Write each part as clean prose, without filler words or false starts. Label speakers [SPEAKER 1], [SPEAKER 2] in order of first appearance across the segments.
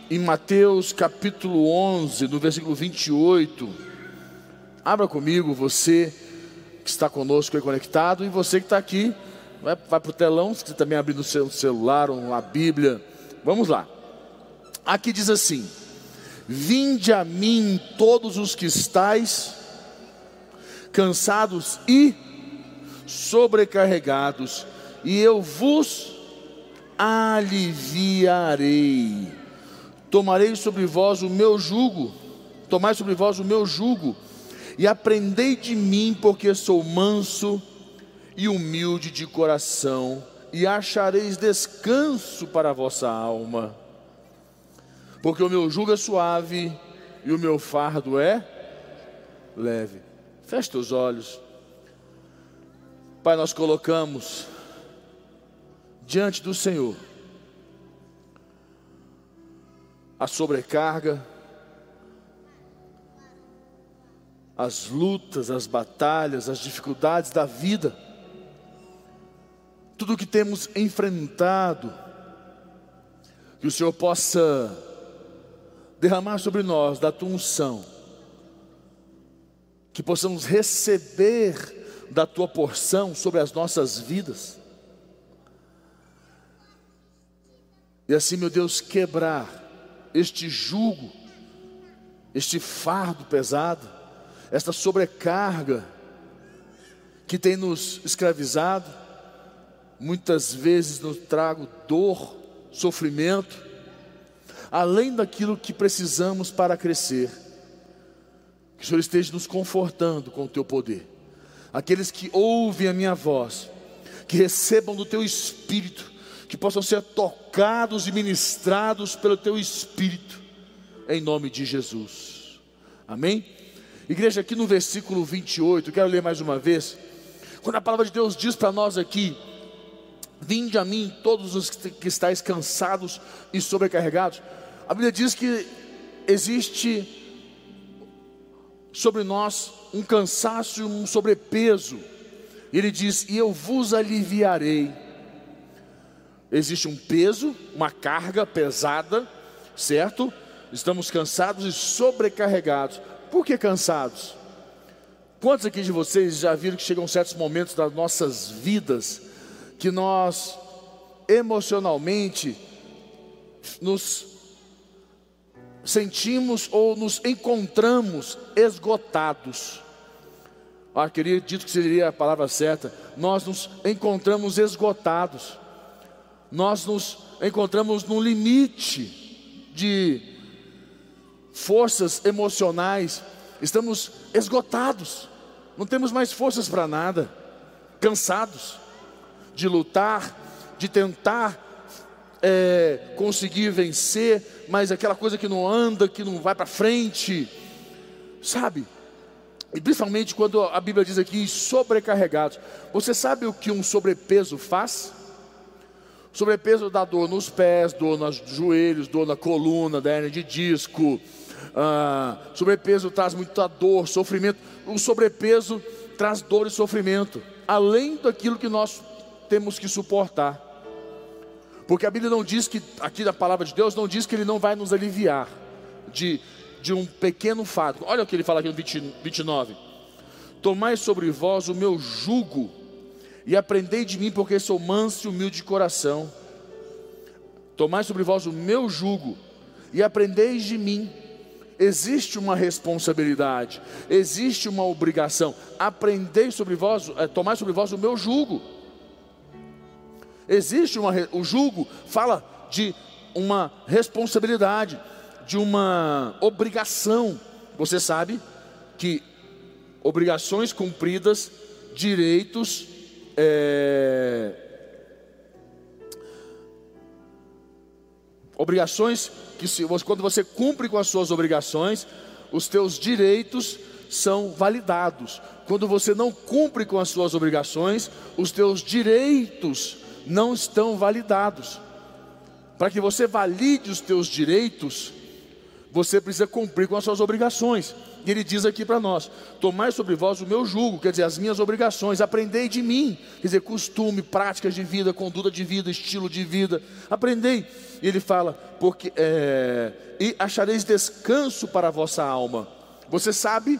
[SPEAKER 1] em Mateus capítulo 11, no versículo 28. Abra comigo, você que está conosco aí conectado, e você que está aqui, vai para o telão, se você também abrir no seu celular ou a Bíblia. Vamos lá. Aqui diz assim: vinde a mim todos os que estáis cansados e sobrecarregados, e eu vos aliviarei. Tomai sobre vós o meu jugo, e aprendei de mim, porque sou manso e humilde de coração, e achareis descanso para a vossa alma. Porque o meu jugo é suave e o meu fardo é leve. Feche teus olhos. Pai, nós colocamos diante do Senhor a sobrecarga, as lutas, as batalhas, as dificuldades da vida, tudo o que temos enfrentado. Que o Senhor possa derramar sobre nós da tua unção, que possamos receber da tua porção sobre as nossas vidas, e assim, meu Deus, quebrar este jugo, este fardo pesado, esta sobrecarga que tem nos escravizado, muitas vezes nos trago dor, sofrimento, além daquilo que precisamos para crescer. Que o Senhor esteja nos confortando com o teu poder. Aqueles que ouvem a minha voz, que recebam do teu Espírito, que possam ser tocados e ministrados pelo teu Espírito, em nome de Jesus. Amém? Igreja, aqui no versículo 28, quero ler mais uma vez, quando a palavra de Deus diz para nós aqui: vinde a mim todos os que estáis cansados e sobrecarregados. A Bíblia diz que existe sobre nós um cansaço e um sobrepeso. Ele diz: e eu vos aliviarei. Existe um peso, uma carga pesada, certo? Estamos cansados e sobrecarregados. Por que cansados? Quantos aqui de vocês já viram que chegam certos momentos das nossas vidas que nós emocionalmente nos sentimos ou nos encontramos esgotados? Queria dito que seria a palavra certa. Nós nos encontramos esgotados. Nós nos encontramos no limite de forças emocionais. Estamos esgotados. Não temos mais forças para nada. Cansados de lutar, de tentar conseguir vencer, mas aquela coisa que não anda, que não vai para frente, sabe? E principalmente quando a Bíblia diz aqui sobrecarregados. Você sabe o que um sobrepeso faz? Sobrepeso dá dor nos pés, dor nos joelhos, dor na coluna, da hernia de disco. Sobrepeso traz muita dor, sofrimento. O sobrepeso traz dor e sofrimento, além daquilo que nós temos que suportar. Porque a Bíblia não diz que, aqui na palavra de Deus, não diz que Ele não vai nos aliviar de um pequeno fardo. Olha o que Ele fala aqui no 29. Tomai sobre vós o meu jugo, e aprendei de mim, porque sou manso e humilde de coração. Tomai sobre vós o meu jugo, e aprendei de mim. Existe uma responsabilidade, existe uma obrigação. Aprendei sobre vós, tomai sobre vós o meu jugo. Existe o jugo fala de uma responsabilidade, de uma obrigação. Você sabe que obrigações cumpridas, direitos, obrigações que quando você cumpre com as suas obrigações, os teus direitos são validados. Quando você não cumpre com as suas obrigações, os teus direitos não estão validados. Para que você valide os teus direitos, você precisa cumprir com as suas obrigações. E ele diz aqui para nós: tomai sobre vós o meu jugo, quer dizer, as minhas obrigações, aprendei de mim, quer dizer, costume, práticas de vida, conduta de vida, estilo de vida, aprendei. E ele fala, e achareis descanso para a vossa alma. Você sabe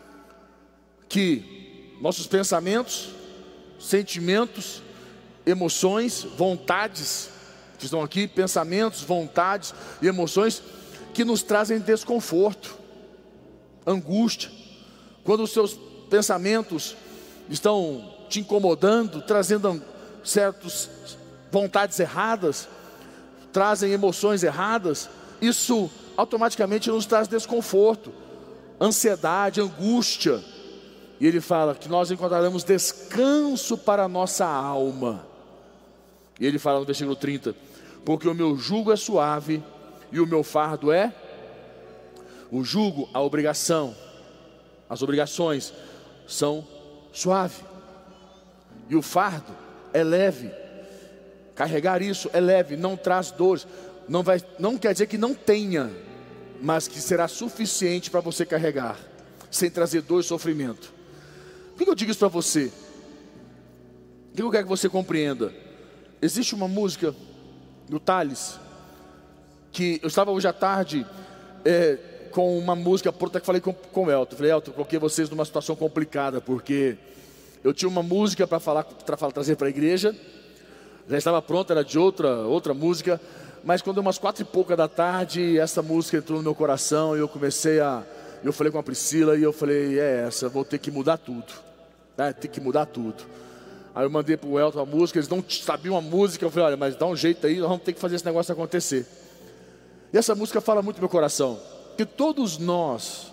[SPEAKER 1] que nossos pensamentos, sentimentos, emoções, vontades, que estão aqui, pensamentos, vontades e emoções, que nos trazem desconforto, angústia. Quando os seus pensamentos estão te incomodando, trazendo certas vontades erradas, trazem emoções erradas, isso automaticamente nos traz desconforto, ansiedade, angústia. E ele fala que nós encontraremos descanso para a nossa alma. E ele fala no versículo 30, porque o meu jugo é suave e o meu fardo é... O jugo, a obrigação, as obrigações são suave, e o fardo é leve. Carregar isso é leve, não traz dores. Não quer dizer que não tenha, mas que será suficiente para você carregar, sem trazer dor e sofrimento. Por que eu digo isso para você? O que eu quero que você compreenda? Existe uma música do Thales, que eu estava hoje à tarde com uma música pronta, que falei com o Elton. Falei, Elton, coloquei vocês numa situação complicada, porque eu tinha uma música para trazer para a igreja, já estava pronta, era de outra música, mas quando deu umas 4h pouca da tarde, essa música entrou no meu coração, e eu falei com a Priscila, e eu falei, vou ter que mudar tudo, tem que mudar tudo. Aí eu mandei para o Elton a música, eles não sabiam a música, eu falei, olha, mas dá um jeito aí, nós vamos ter que fazer esse negócio acontecer. E essa música fala muito no meu coração, que todos nós,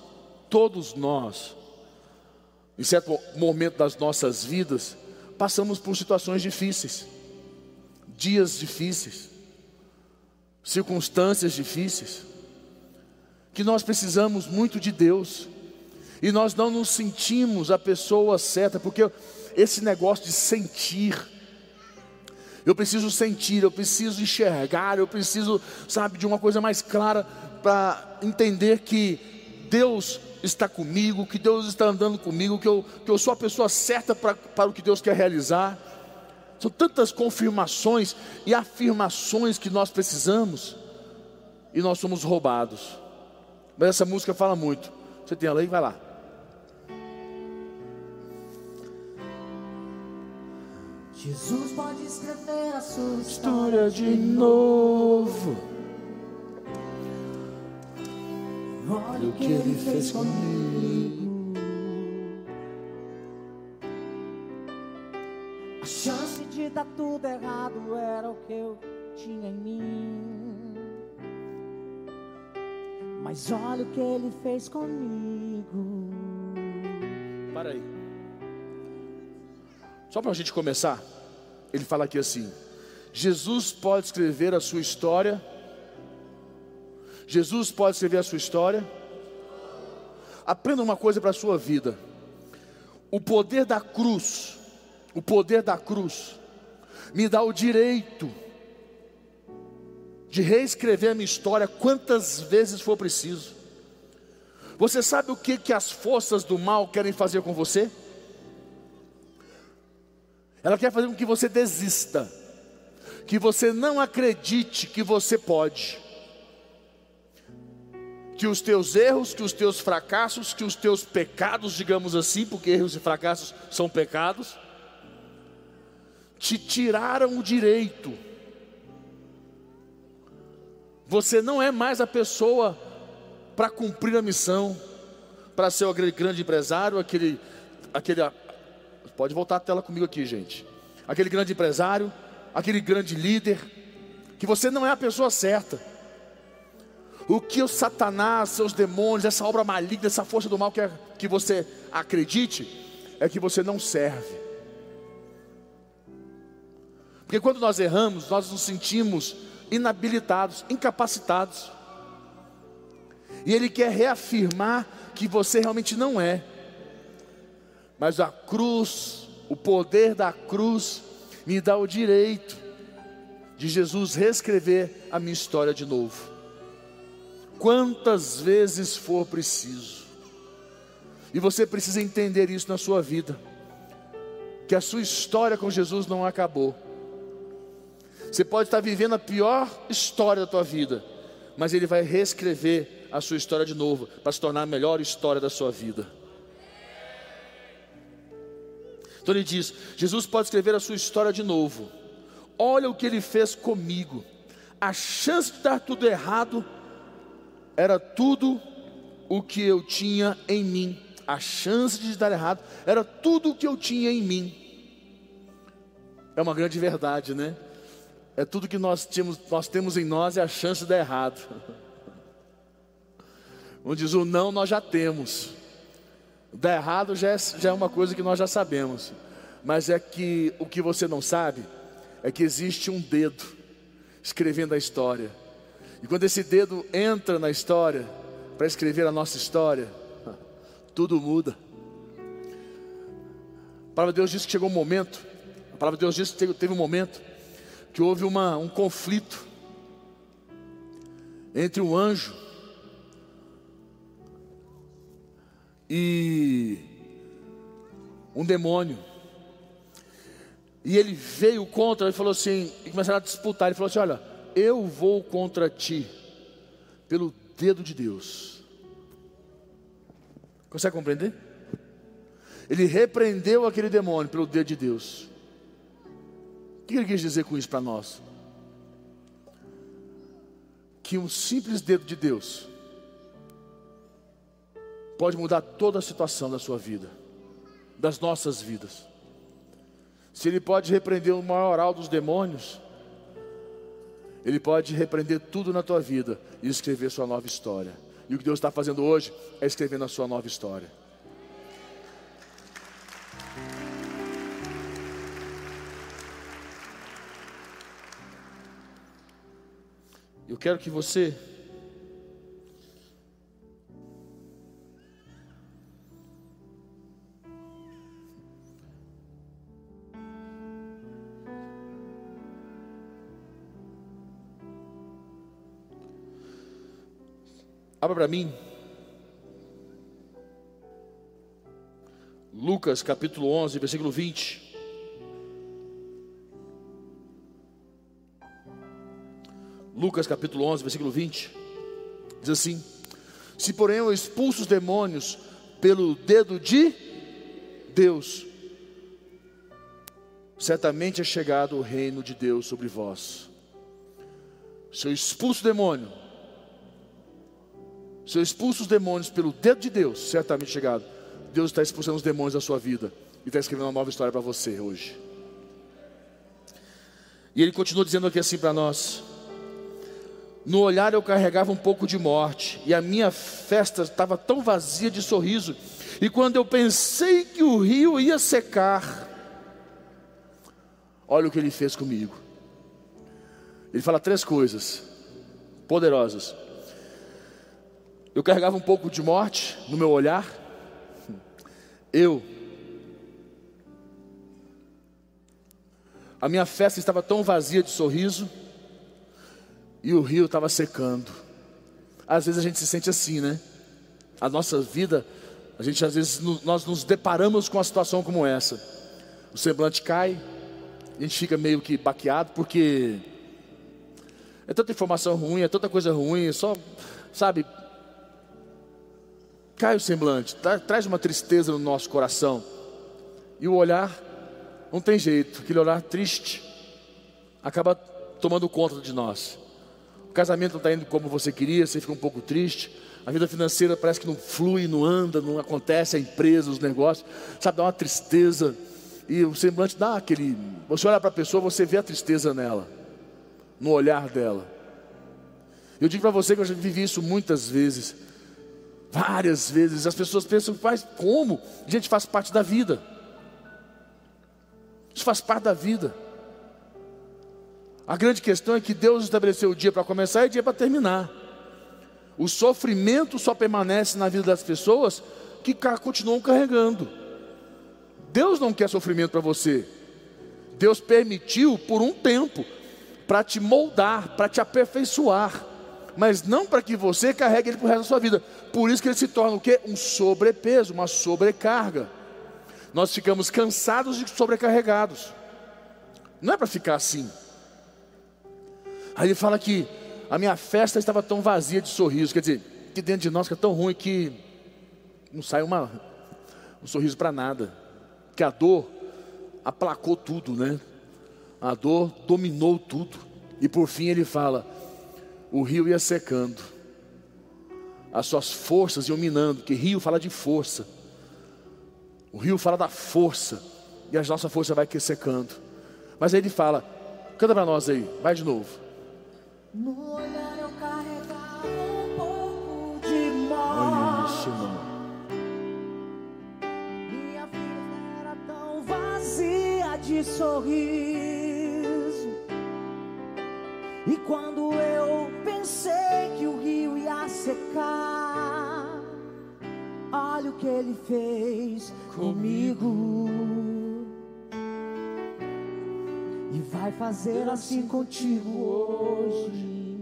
[SPEAKER 1] em certo momento das nossas vidas, passamos por situações difíceis, dias difíceis, circunstâncias difíceis, que nós precisamos muito de Deus, e nós não nos sentimos a pessoa certa, porque esse negócio de sentir, eu preciso sentir, eu preciso enxergar, eu preciso, de uma coisa mais clara, para entender que Deus está comigo, que Deus está andando comigo, que eu sou a pessoa certa para o que Deus quer realizar. São tantas confirmações e afirmações que nós precisamos, e nós somos roubados. Mas essa música fala muito. Você tem ela aí? Vai lá.
[SPEAKER 2] Jesus pode escrever a sua
[SPEAKER 1] História de novo.
[SPEAKER 2] Olha o que ele fez comigo. A chance de dar tudo errado era o que eu tinha em mim. Mas olha o que ele fez comigo.
[SPEAKER 1] Para aí. Só para a gente começar, ele fala aqui assim: Jesus pode escrever a sua história. Jesus pode escrever a sua história. Aprenda uma coisa para a sua vida: o poder da cruz me dá o direito de reescrever a minha história quantas vezes for preciso. Você sabe o que as forças do mal querem fazer com você? Ela quer fazer com que você desista, que você não acredite que você pode, que os teus erros, que os teus fracassos, que os teus pecados, digamos assim, porque erros e fracassos são pecados, te tiraram o direito. Você não é mais a pessoa para cumprir a missão, para ser aquele grande empresário, aquele pode voltar a tela comigo aqui, gente. Aquele grande empresário, aquele grande líder, que você não é a pessoa certa. O que o Satanás, seus demônios, essa obra maligna, essa força do mal quer que você acredite, é que você não serve. Porque quando nós erramos, nós nos sentimos inabilitados, incapacitados. E ele quer reafirmar que você realmente não é. Mas a cruz, o poder da cruz, me dá o direito de Jesus reescrever a minha história de novo. quantas vezes for preciso. E você precisa entender isso na sua vida, que a sua história com Jesus não acabou. Você pode estar vivendo a pior história da tua vida, mas Ele vai reescrever a sua história de novo, para se tornar a melhor história da sua vida. Então Ele diz, Jesus pode escrever a sua história de novo. Olha o que Ele fez comigo. A chance de dar tudo errado era tudo o que eu tinha em mim. A chance de dar errado era tudo o que eu tinha em mim. É uma grande verdade, né? É tudo que nós temos em nós, é a chance de dar errado. Onde diz o não, nós já temos. Dar errado já é uma coisa que nós já sabemos. Mas é que o que você não sabe é que existe um dedo escrevendo a história. E quando esse dedo entra na história para escrever a nossa história, tudo muda. A palavra de Deus diz que chegou um momento, a palavra de Deus diz que teve um momento que houve um conflito entre um anjo e um demônio. E ele veio contra, ele falou assim, e começaram a disputar. Ele falou assim, olha, eu vou contra ti pelo dedo de Deus. Consegue compreender? Ele repreendeu aquele demônio pelo dedo de Deus. O que ele quis dizer com isso para nós? Que um simples dedo de Deus pode mudar toda a situação da sua vida, das nossas vidas. Se Ele pode repreender o maioral dos demônios, Ele pode repreender tudo na tua vida e escrever sua nova história. E o que Deus está fazendo hoje é escrevendo a sua nova história. Eu quero que você abra para mim Lucas capítulo 11, versículo 20. Lucas capítulo 11, versículo 20. Diz assim: se porém eu expulso os demônios pelo dedo de Deus, certamente é chegado o reino de Deus sobre vós. Se eu expulso o demônio, se eu expulso os demônios pelo dedo de Deus, certamente é chegado. Deus está expulsando os demônios da sua vida e está escrevendo uma nova história para você hoje. E Ele continua dizendo aqui assim para nós: no olhar eu carregava um pouco de morte, e a minha festa estava tão vazia de sorriso, e quando eu pensei que o rio ia secar, olha o que Ele fez comigo. Ele fala três coisas poderosas. Eu carregava um pouco de morte no meu olhar. A minha festa estava tão vazia de sorriso, e o rio estava secando. Às vezes a gente se sente assim, né? A nossa vida, a gente às vezes nós nos deparamos com uma situação como essa. O semblante cai, a gente fica meio que baqueado, porque é tanta informação ruim, é tanta coisa ruim, só, sabe, cai o semblante, traz uma tristeza no nosso coração. E o olhar, não tem jeito, aquele olhar triste acaba tomando conta de nós. O casamento não está indo como você queria, você fica um pouco triste. A vida financeira parece que não flui, não anda, não acontece, a empresa, os negócios, sabe, dá uma tristeza. E o semblante dá aquele... Você olha para a pessoa, você vê a tristeza nela, no olhar dela. Eu digo para você que eu já vivi isso muitas vezes, várias vezes. As pessoas pensam, mas como? Gente, faz parte da vida. Isso faz parte da vida. A grande questão é que Deus estabeleceu o dia para começar e o dia para terminar. O sofrimento só permanece na vida das pessoas que continuam carregando. Deus não quer sofrimento para você. Deus permitiu por um tempo para te moldar, para te aperfeiçoar, mas não para que você carregue ele para o resto da sua vida. Por isso que ele se torna o quê? Um sobrepeso, uma sobrecarga. Nós ficamos cansados e sobrecarregados. Não é para ficar assim. Aí ele fala que a minha festa estava tão vazia de sorriso. Quer dizer, que dentro de nós que é tão ruim que não sai um sorriso para nada. Que a dor aplacou tudo, né? A dor dominou tudo. E por fim ele fala, o rio ia secando, as suas forças iam minando, que rio fala de força. O rio fala da força, e a nossa força vai secando. Mas aí ele fala, canta para nós aí, vai de novo.
[SPEAKER 2] No olhar eu carregava um pouco de morte.
[SPEAKER 1] Isso, irmão.
[SPEAKER 2] Minha vida era tão vazia de sorriso. E quando eu pensei que o rio ia secar, olha o que ele fez comigo. E vai fazer assim contigo hoje.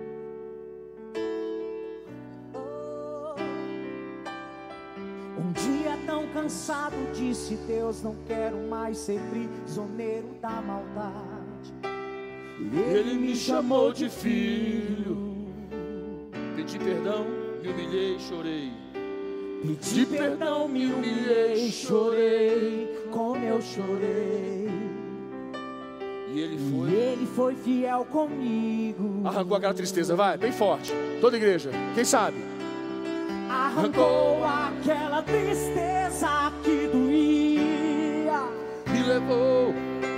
[SPEAKER 2] Um dia tão cansado disse Deus, não quero mais ser prisioneiro da maldade.
[SPEAKER 1] Ele me chamou de filho. Pedi perdão, me humilhei e chorei.
[SPEAKER 2] Pedi perdão, me humilhei, chorei, como eu chorei.
[SPEAKER 1] E ele
[SPEAKER 2] foi fiel comigo.
[SPEAKER 1] arrancou aquela tristeza, vai, bem forte. Toda igreja, quem sabe?
[SPEAKER 2] Arrancou aquela tristeza que doía.
[SPEAKER 1] Me levou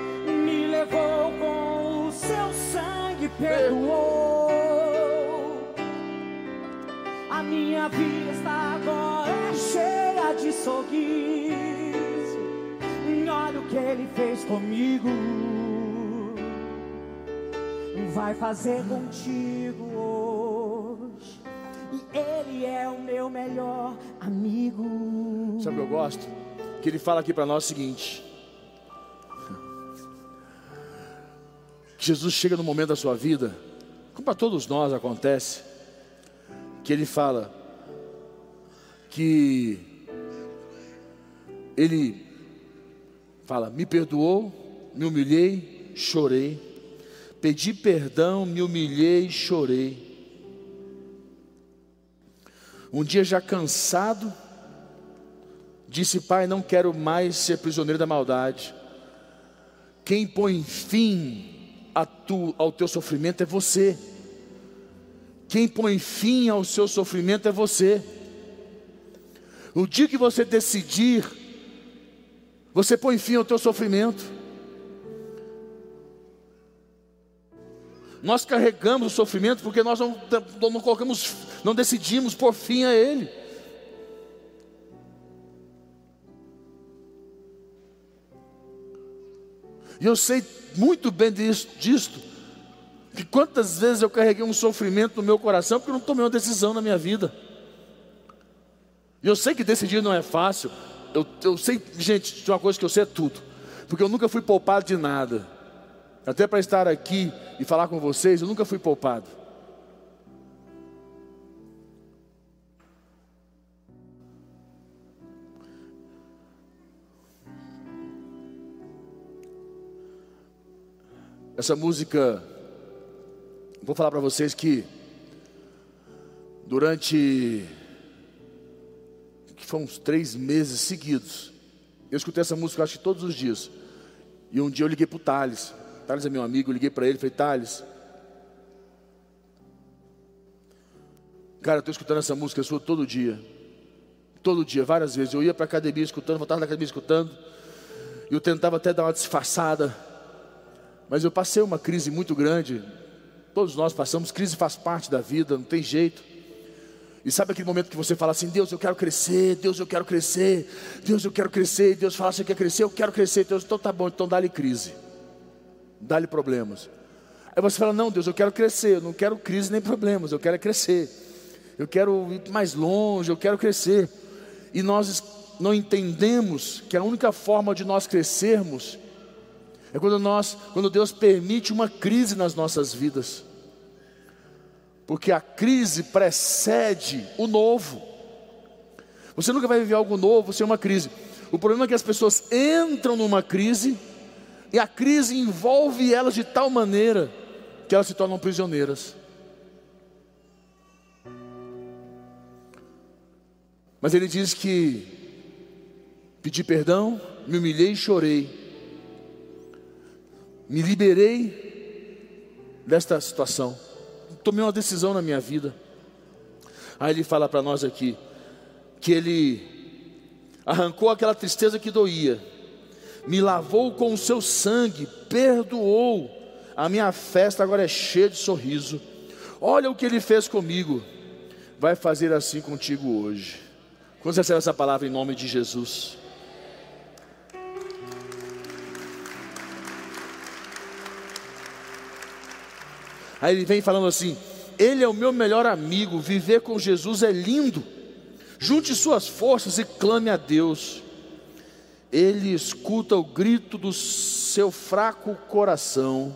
[SPEAKER 2] Com o seu sangue, perdoou. A minha vista agora é cheia de sorriso. Olha o que ele fez comigo. Vai fazer contigo hoje. E ele é o meu melhor amigo.
[SPEAKER 1] Sabe o que eu gosto? Que ele fala aqui para nós o seguinte: que Jesus chega no momento da sua vida, como para todos nós acontece, que ele fala que ele fala, me perdoou, me humilhei, chorei, pedi perdão, me humilhei, chorei. Um dia já cansado, disse, Pai, não quero mais ser prisioneiro da maldade. Quem põe fim ao teu sofrimento é você. Quem põe fim ao seu sofrimento é você. O dia que você decidir, você põe fim ao teu sofrimento. Nós carregamos o sofrimento porque nós não decidimos pôr fim a ele. E eu sei muito bem disto, que quantas vezes eu carreguei um sofrimento no meu coração porque eu não tomei uma decisão na minha vida. E eu sei que decidir não é fácil. Eu sei, gente, de uma coisa que eu sei é tudo, porque eu nunca fui poupado de nada. Até para estar aqui e falar com vocês, eu nunca fui poupado. Essa música, vou falar para vocês que durante foi uns 3 meses seguidos, eu escutei essa música acho que todos os dias. E um dia eu liguei para o Thales. Thales é meu amigo, eu liguei para ele e falei, Thales, cara, eu estou escutando essa música sua todo dia, várias vezes. Eu ia para a academia escutando, voltava da academia escutando, e eu tentava até dar uma disfarçada, mas eu passei uma crise muito grande. Todos nós passamos, crise faz parte da vida, não tem jeito. E sabe aquele momento que você fala assim, Deus, eu quero crescer, Deus, eu quero crescer, Deus, eu quero crescer. E Deus fala, você quer crescer? Eu quero crescer. Deus, então tá bom, então dá-lhe crise, dá-lhe problemas. Aí você fala, não Deus, eu quero crescer, eu não quero crise nem problemas, eu quero crescer. Eu quero ir mais longe, eu quero crescer. E nós não entendemos que a única forma de nós crescermos é quando Deus permite uma crise nas nossas vidas. Porque a crise precede o novo. Você nunca vai viver algo novo sem uma crise. O problema é que as pessoas entram numa crise e a crise envolve elas de tal maneira que elas se tornam prisioneiras. Mas ele diz que pedi perdão, me humilhei e chorei. Me liberei desta situação. Tomei uma decisão na minha vida. Aí ele fala para nós aqui que ele arrancou aquela tristeza que doía, me lavou com o seu sangue, perdoou. A minha festa agora é cheia de sorriso. Olha o que ele fez comigo. Vai fazer assim contigo hoje. Quando você recebe essa palavra em nome de Jesus? Aí ele vem falando assim: ele é o meu melhor amigo, viver com Jesus é lindo. Junte suas forças e clame a Deus. Ele escuta o grito do seu fraco coração.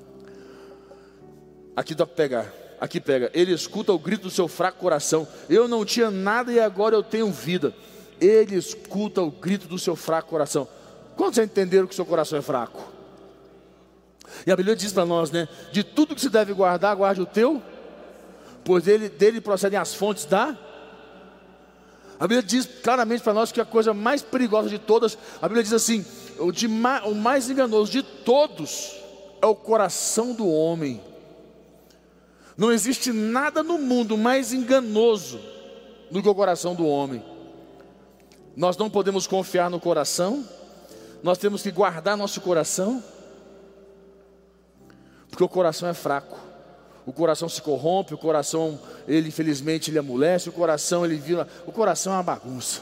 [SPEAKER 1] Aqui dá para pegar, aqui pega. Ele escuta o grito do seu fraco coração. Eu não tinha nada e agora eu tenho vida. Ele escuta o grito do seu fraco coração. Quantos já entenderam que o seu coração é fraco? E a Bíblia diz para nós, né? De tudo que se deve guardar, guarde o teu, pois dele procedem as fontes da... A Bíblia diz claramente para nós que a coisa mais perigosa de todas, a Bíblia diz assim: o mais enganoso de todos é o coração do homem. Não existe nada no mundo mais enganoso do que o coração do homem. Nós não podemos confiar no coração, nós temos que guardar nosso coração, porque o coração é fraco. O coração se corrompe, o coração, ele infelizmente ele amolece, o coração ele vira, o coração é uma bagunça.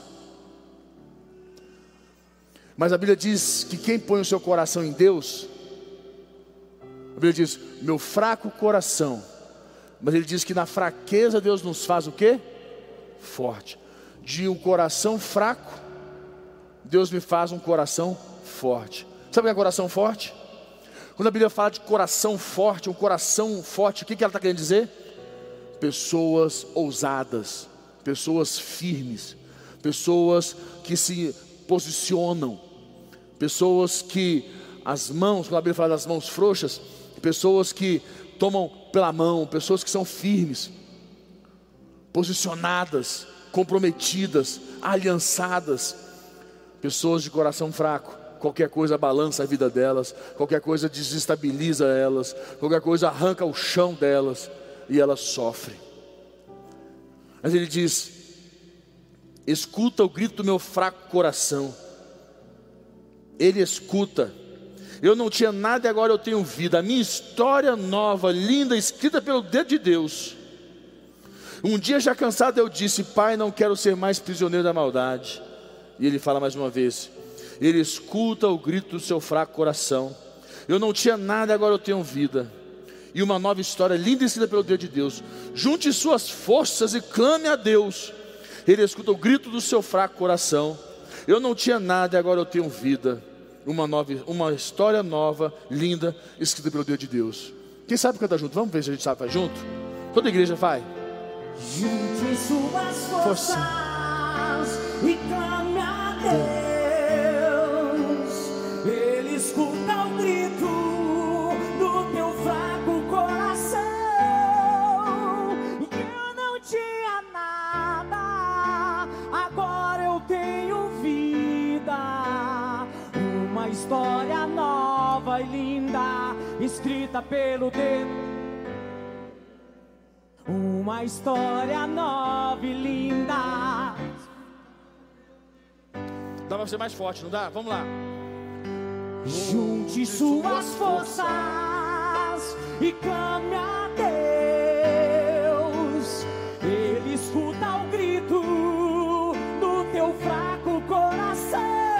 [SPEAKER 1] Mas a Bíblia diz que quem põe o seu coração em Deus, a Bíblia diz, meu fraco coração. Mas ele diz que na fraqueza Deus nos faz o quê? Forte. De um coração fraco, Deus me faz um coração forte. Sabe o que é coração forte? Quando a Bíblia fala de coração forte, um coração forte, o que ela está querendo dizer? Pessoas ousadas, pessoas firmes, pessoas que se posicionam, pessoas que as mãos, quando a Bíblia fala das mãos frouxas, pessoas que tomam pela mão, pessoas que são firmes, posicionadas, comprometidas, aliançadas. Pessoas de coração fraco, qualquer coisa balança a vida delas, qualquer coisa desestabiliza elas, qualquer coisa arranca o chão delas e elas sofrem. Mas ele diz: escuta o grito do meu fraco coração. Ele escuta. Eu não tinha nada e agora eu tenho vida. A minha história nova, linda, escrita pelo dedo de Deus. Um dia já cansado eu disse: Pai, não quero ser mais prisioneiro da maldade. E ele fala mais uma vez: ele escuta o grito do seu fraco coração. Eu não tinha nada, agora eu tenho vida. E uma nova história linda escrita pelo dedo de Deus. Junte suas forças e clame a Deus. Ele escuta o grito do seu fraco coração. Eu não tinha nada, agora eu tenho vida. Uma história nova, linda, escrita pelo dedo de Deus. Quem sabe cantar junto? Vamos ver se a gente sabe fazer junto? Toda a igreja vai.
[SPEAKER 2] Junte suas forças e clame a Deus. Ele escuta o grito do teu fraco coração. Eu não tinha nada, agora eu tenho vida. Uma história nova e linda, escrita pelo dedo. Uma história nova e linda.
[SPEAKER 1] Dá pra ser mais forte, não dá? Vamos lá.
[SPEAKER 2] Junte suas forças e clame a Deus. Ele escuta o grito do teu fraco coração.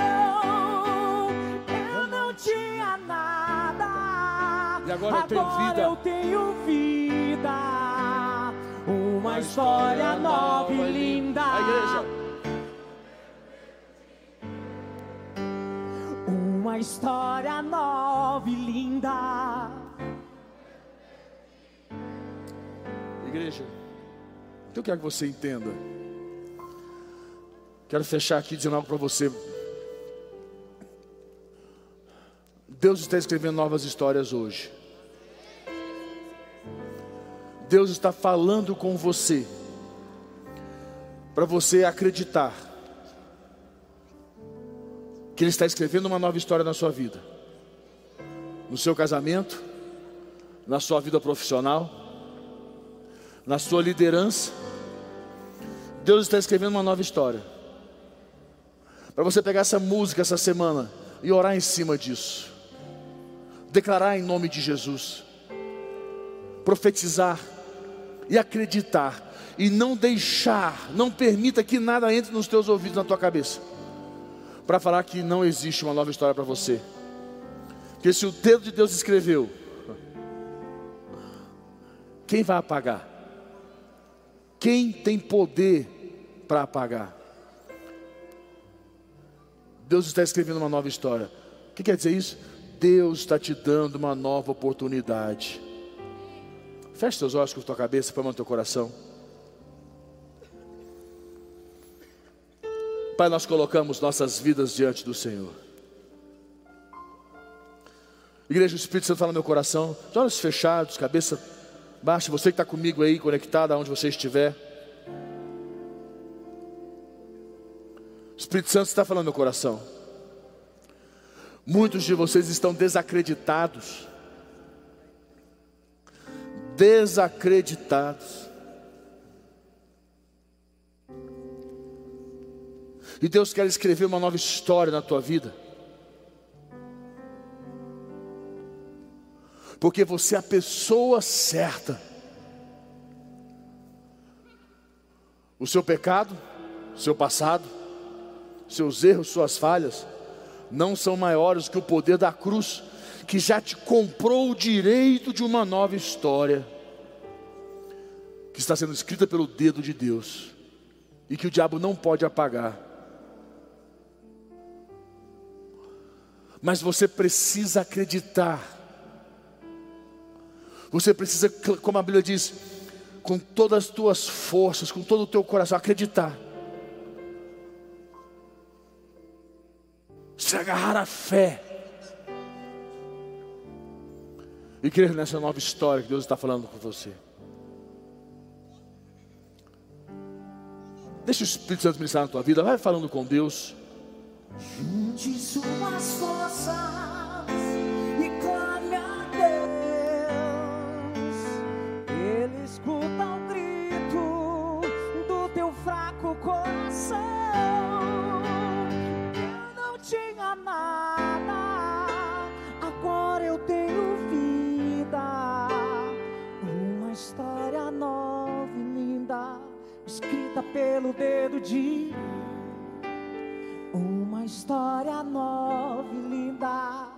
[SPEAKER 2] Eu não tinha nada,
[SPEAKER 1] e agora eu
[SPEAKER 2] tenho vida. Uma história nova e linda.
[SPEAKER 1] A igreja.
[SPEAKER 2] Uma história nova e linda.
[SPEAKER 1] igreja, então eu quero que você entenda. Quero fechar aqui dizendo algo para você. Deus está escrevendo novas histórias hoje. Deus está falando com você, para você acreditar que Ele está escrevendo uma nova história na sua vida, no seu casamento, na sua vida profissional, na sua liderança. Deus está escrevendo uma nova história, para você pegar essa música essa semana e orar em cima disso, declarar em nome de Jesus, profetizar e acreditar, e não deixar, não permita que nada entre nos teus ouvidos, na tua cabeça, para falar que não existe uma nova história para você. Porque se o dedo de Deus escreveu, quem vai apagar? Quem tem poder para apagar? Deus está escrevendo uma nova história. O que quer dizer isso? Deus está te dando uma nova oportunidade. Feche seus olhos com a tua cabeça, põe a mão no teu coração. Pai, nós colocamos nossas vidas diante do Senhor. Igreja, o Espírito Santo fala no meu coração, de olhos fechados, cabeça baixa, você que está comigo aí, conectado aonde você estiver. O Espírito Santo está falando no meu coração. Muitos de vocês estão desacreditados. E Deus quer escrever uma nova história na tua vida, porque você é a pessoa certa. O seu pecado, seu passado, seus erros, suas falhas não são maiores que o poder da cruz, que já te comprou o direito de uma nova história, que está sendo escrita pelo dedo de Deus, e que o diabo não pode apagar. Mas você precisa acreditar. Você precisa, como a Bíblia diz, com todas as tuas forças, com todo o teu coração, acreditar. Se agarrar à fé e crer nessa nova história que Deus está falando com você. Deixa o Espírito Santo ministrar na tua vida. Vai falando com Deus.
[SPEAKER 2] Junte suas forças e clame a Deus. Ele escuta o grito do teu fraco coração. Eu não tinha nada, agora eu tenho vida. Uma história nova e linda, escrita pelo dedo de... Uma história nova e linda,